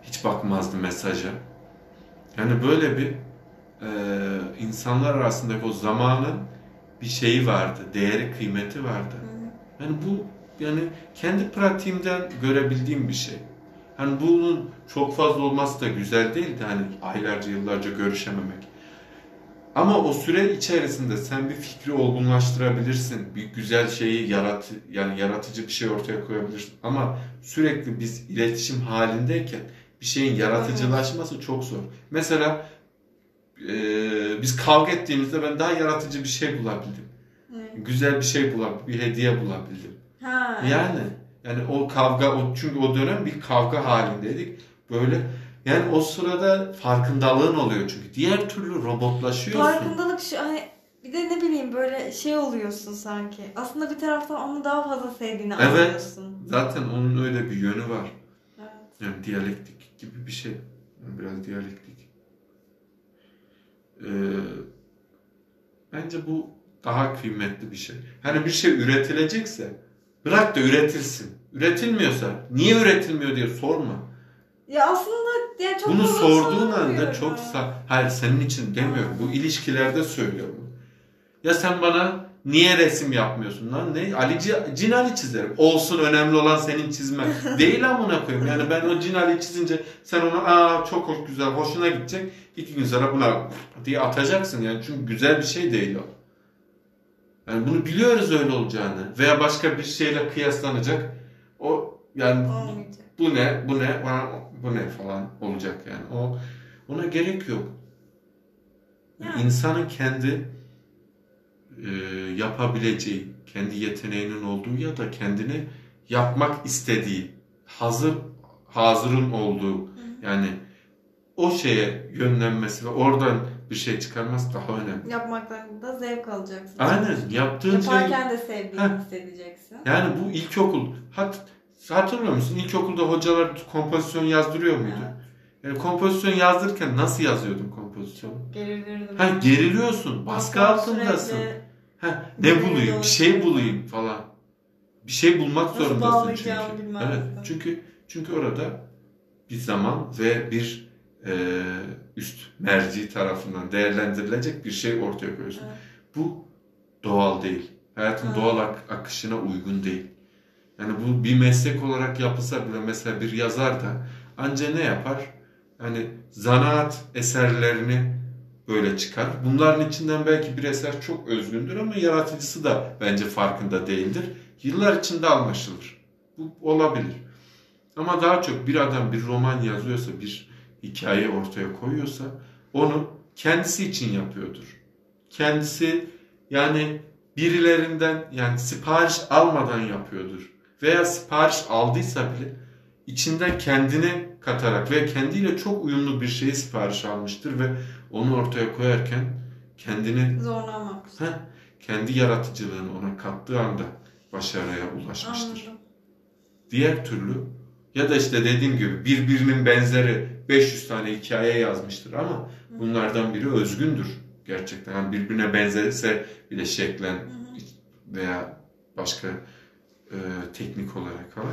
hiç bakmazdı mesaja. Yani böyle bir e, insanlar arasındaki o zamanın bir şeyi vardı, değeri, kıymeti vardı. Hı. Yani bu yani kendi pratiğimden görebildiğim bir şey. Hani bunun çok fazla olması da güzel değildi. Hani aylarca, yıllarca görüşememek. Ama o süre içerisinde sen bir fikri olgunlaştırabilirsin. Bir güzel şeyi yarat yani yaratıcı bir şey ortaya koyabilirsin. Ama sürekli biz iletişim halindeyken bir şeyin yaratıcılaşması çok zor. Mesela e, biz kavga ettiğimizde ben daha yaratıcı bir şey bulabildim. Evet. Güzel bir şey bulabildim, bir hediye bulabildim. Ha, yani evet. Yani o kavga, o çünkü o dönem bir kavga halindeydik. Böyle yani o sırada farkındalığın oluyor çünkü. Diğer türlü robotlaşıyorsun. Farkındalık şu hani bir de ne bileyim böyle şey oluyorsun sanki. Aslında bir taraftan onu daha fazla sevdiğini evet, anlıyorsun. Zaten onun öyle bir yönü var. Evet. Yani diyalektik gibi bir şey. Yani biraz diyalektik. Ee, bence bu daha kıymetli bir şey. Hani bir şey üretilecekse bırak da üretilsin. Üretilmiyorsa niye üretilmiyor diye sorma. Ya aslında ya çok bunu sorduğun anda çok sa- hayır senin için demiyorum. Bu ilişkilerde söylüyorum. Ya sen bana niye resim yapmıyorsun lan? Ne? Ali Cin Ali çizerim. Olsun önemli olan senin çizmen. Değil amına koyayım. Yani ben o Cin Ali çizince sen ona aa çok hoş güzel hoşuna gidecek. İki gün sonra buna diye atacaksın yani. Çünkü güzel bir şey değil o. Yani bunu biliyoruz öyle olacağını. Veya başka bir şeyle kıyaslanacak. O yani olmayacak. Bu ne? Bu ne? Bu ne falan olacak yani. O ona gerek yok. Yani. İnsanın kendi e, yapabileceği, kendi yeteneğinin olduğu ya da kendini yapmak istediği, hazır hazırın olduğu Hı. yani o şeye yönlenmesi ve oradan bir şey çıkarması daha önemli. Yapmaktan da zevk alacaksın. Aynen. Yaptığın Yaparken şey... de sevdiğini Heh. hissedeceksin. Yani bu ilkokul. Hat, hatırlıyor musun? İlkokulda hocalar kompozisyon yazdırıyor muydu? Evet. Yani kompozisyon yazdırırken nasıl yazıyordun kompozisyonu? Gerilirdim. Ha, geriliyorsun. Baskı altındasın. Ha, ne bulayım? Bir şey bulayım falan. Bir şey bulmak nasıl zorundasın çünkü. Evet. Çünkü çünkü orada bir zaman ve bir e, üst merci tarafından değerlendirilecek bir şey ortaya koyuyorsun. Evet. Bu doğal değil. Hayatın evet. doğal ak- akışına uygun değil. Yani bu bir meslek olarak yapılsa bile mesela bir yazar da anca ne yapar? Yani zanaat eserlerini böyle çıkar. Bunların içinden belki bir eser çok özgündür ama yaratıcısı da bence farkında değildir. Yıllar içinde anlaşılır. Bu olabilir. Ama daha çok bir adam bir roman yazıyorsa, bir hikaye ortaya koyuyorsa onu kendisi için yapıyordur. Kendisi yani birilerinden yani sipariş almadan yapıyordur. Veya sipariş aldıysa bile içinden kendini katarak ve kendiyle çok uyumlu bir şeyi sipariş almıştır ve onu ortaya koyarken kendini zorlamamış. Heh, kendi yaratıcılığını ona kattığı anda başarıya ulaşmıştır. Anladım. Diğer türlü ya da işte dediğim gibi birbirinin benzeri beş yüz tane hikaye yazmıştır ama bunlardan biri özgündür gerçekten. Yani birbirine benzerse bile şeklen veya başka e, teknik olarak falan.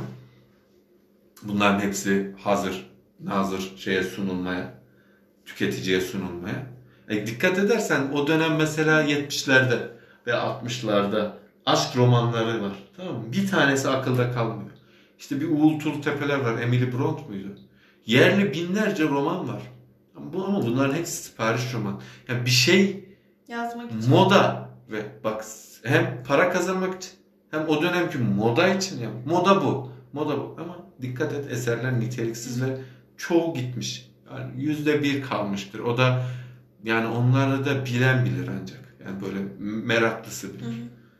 Bunların hepsi hazır, nazır şeye sunulmaya, tüketiciye sunulmaya. E, dikkat edersen o dönem mesela yetmişlerde ve altmışlarda aşk romanları var. Tamam mı? Bir tanesi akılda kalmıyor. İşte bir Uğultulu Tepeler var. Emily Bront muydu? Yerli binlerce roman var. Ama, bu, ama bunların hepsi sipariş roman. Yani bir şey yazmak için. Moda ve bak hem para kazanmak için hem o dönemki moda için ya. Moda bu. Moda bu. Ama dikkat et eserler niteliksiz ve çoğu gitmiş. Yani yüzde bir kalmıştır. O da yani onları da bilen bilir ancak. Yani böyle meraklısı bilir. Hı hı.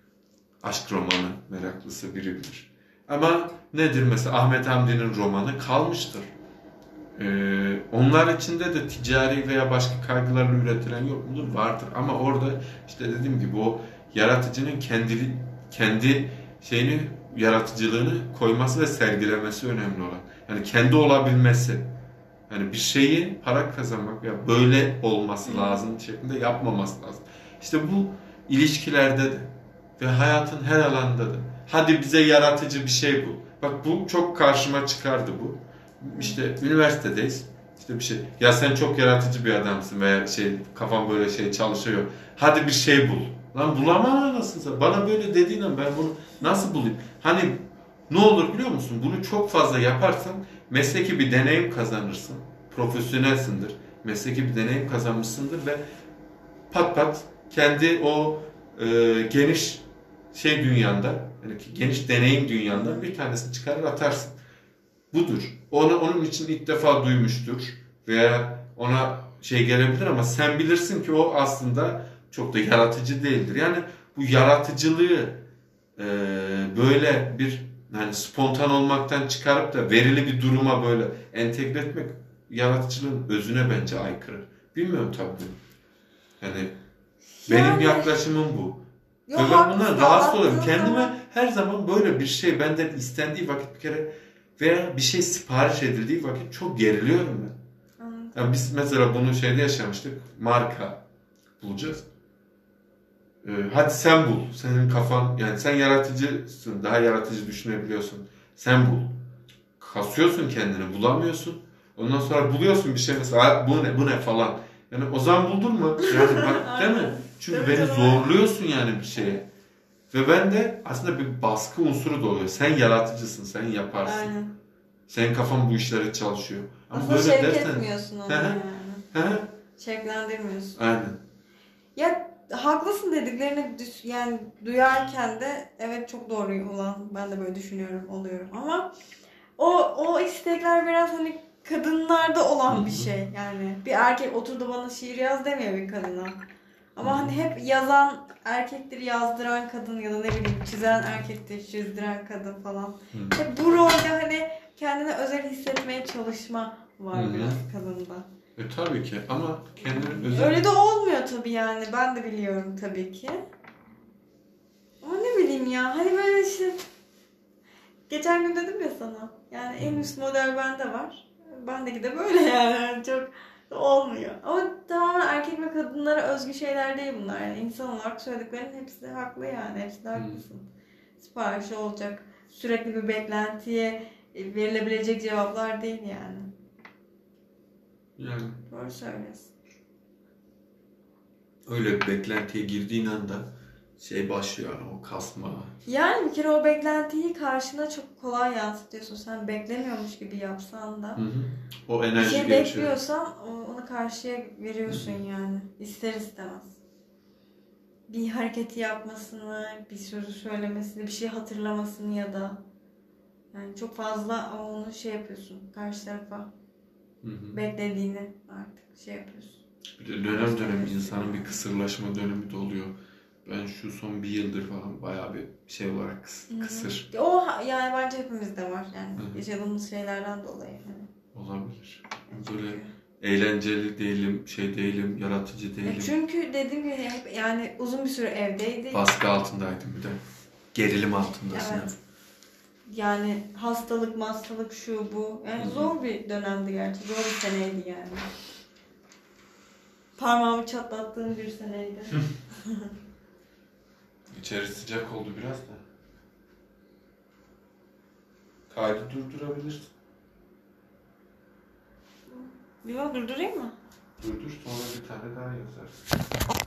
Aşk romanı meraklısı biri bilir. Ama nedir mesela Ahmet Hamdi'nin romanı kalmıştır. Ee, onlar içinde de ticari veya başka kaygılarla üretilen yok mudur? Vardır. Ama orada işte dediğim gibi o yaratıcının kendi kendi şeyini yaratıcılığını koyması ve sergilemesi önemli olan. Yani kendi olabilmesi. Yani bir şeyi para kazanmak ya böyle olması lazım şeklinde yapmaması lazım. İşte bu ilişkilerde de ve hayatın her alanında da. Hadi bize yaratıcı bir şey bul. Bak bu çok karşıma çıkardı bu. işte üniversitedeyiz. İşte bir şey. Ya sen çok yaratıcı bir adamsın veya şey kafam böyle şey çalışıyor. Hadi bir şey bul. Lan bulamam anasını. Bana böyle dediğin an ben bunu nasıl bulayım? Hani ne olur biliyor musun? Bunu çok fazla yaparsan mesleki bir deneyim kazanırsın. Profesyonelsindir. Mesleki bir deneyim kazanmışsındır ve pat pat kendi o e, geniş şey dünyanda, yani geniş deneyim dünyanda bir tanesini çıkarır atarsın. Budur. Onu onun için ilk defa duymuştur veya ona şey gelebilir ama sen bilirsin ki o aslında çok da yaratıcı değildir. Yani bu yaratıcılığı e, böyle bir hani spontan olmaktan çıkarıp da verili bir duruma böyle entegre etmek yaratıcılığın özüne bence aykırı. Bilmiyorum tabii. Yani, yani benim yaklaşımım bu. Yo, ve ben bundan rahatsız oluyorum. Kendime her zaman böyle bir şey benden istendiği vakit bir kere veya bir şey sipariş edildiği vakit çok geriliyorum ben. Yani biz mesela bunu şeyde yaşamıştık. Marka bulacağız. Ee, hadi sen bul. Senin kafan yani sen yaratıcısın. Daha yaratıcı düşünebiliyorsun. Sen bul. Kasıyorsun kendini. Bulamıyorsun. Ondan sonra buluyorsun bir şey mesela bu ne bu ne falan. Yani o zaman buldun mu? Yani bak değil mi? Çünkü evet, beni zorluyorsun yani bir şeye. Ve ben de aslında bir baskı unsuru da oluyor. Sen yaratıcısın, sen yaparsın. Aynen. Senin kafan bu işlere çalışıyor. Ama aslında böyle şevk dersen... etmiyorsun onu yani. Şevklendirmiyorsun. Aynen. Ya haklısın dediklerini yani duyarken de evet çok doğru olan ben de böyle düşünüyorum oluyorum ama o o istekler biraz hani kadınlarda olan bir şey yani bir erkek oturdu bana şiir yaz demiyor bir kadına ama hani hep yazan erkektir yazdıran kadın ya da ne bileyim çizen erkektir çizdiren kadın falan hep bu rolde hani kendine özel hissetmeye çalışma var Hı-hı. biraz kadında. E tabii ki ama kendinin özel... Öyle de olmuyor tabii yani. Ben de biliyorum tabii ki. Ama ne bileyim ya. Hani böyle işte... Geçen gün dedim ya sana. Yani en üst model bende var. Bendeki de böyle yani. Çok olmuyor. Ama tamamen erkek ve kadınlara özgü şeyler değil bunlar. Yani insan olarak söylediklerinin hepsi de haklı yani. Hepsi de haklısın. Hmm. Siparişi olacak. Sürekli bir beklentiye verilebilecek cevaplar değil yani. Yani. Doğru söylüyorsun. Öyle bir beklentiye girdiğin anda şey başlıyor o kasma. Yani bir kere o beklentiyi karşına çok kolay yansıtıyorsun. Sen beklemiyormuş gibi yapsan da. Hı hı. O enerji bir şey geçiyor. Bekliyorsan onu karşıya veriyorsun hı hı. yani. İster istemez. Bir hareketi yapmasını, bir sözü söylemesini, bir şey hatırlamasını ya da yani çok fazla onu şey yapıyorsun karşı tarafa. Hı hı. Beklediğini artık şey yapıyorsun. Bir de dönem dönem insanın bir kısırlaşma dönemi de oluyor. Ben şu son bir yıldır falan bayağı bir şey olarak kıs, kısır. Hı hı. O yani bence hepimizde var yani hı hı. yaşadığımız şeylerden dolayı. Yani. Olabilir. Böyle çünkü... eğlenceli değilim, şey değilim, yaratıcı değilim. E çünkü dediğim gibi hep yani uzun bir süre evdeydi. Baskı altındaydım bir de. Gerilim altındasın. Evet. Yani hastalık, hastalık şu bu. Yani Hı-hı. zor bir dönemdi gerçi. Zor bir seneydi yani. Parmağımı çatlattığım bir seneydi. İçeri sıcak oldu biraz da. Kaydı durdurabilirsin. Bir bak durdurayım mı? Durdur sonra bir tane daha yazarsın.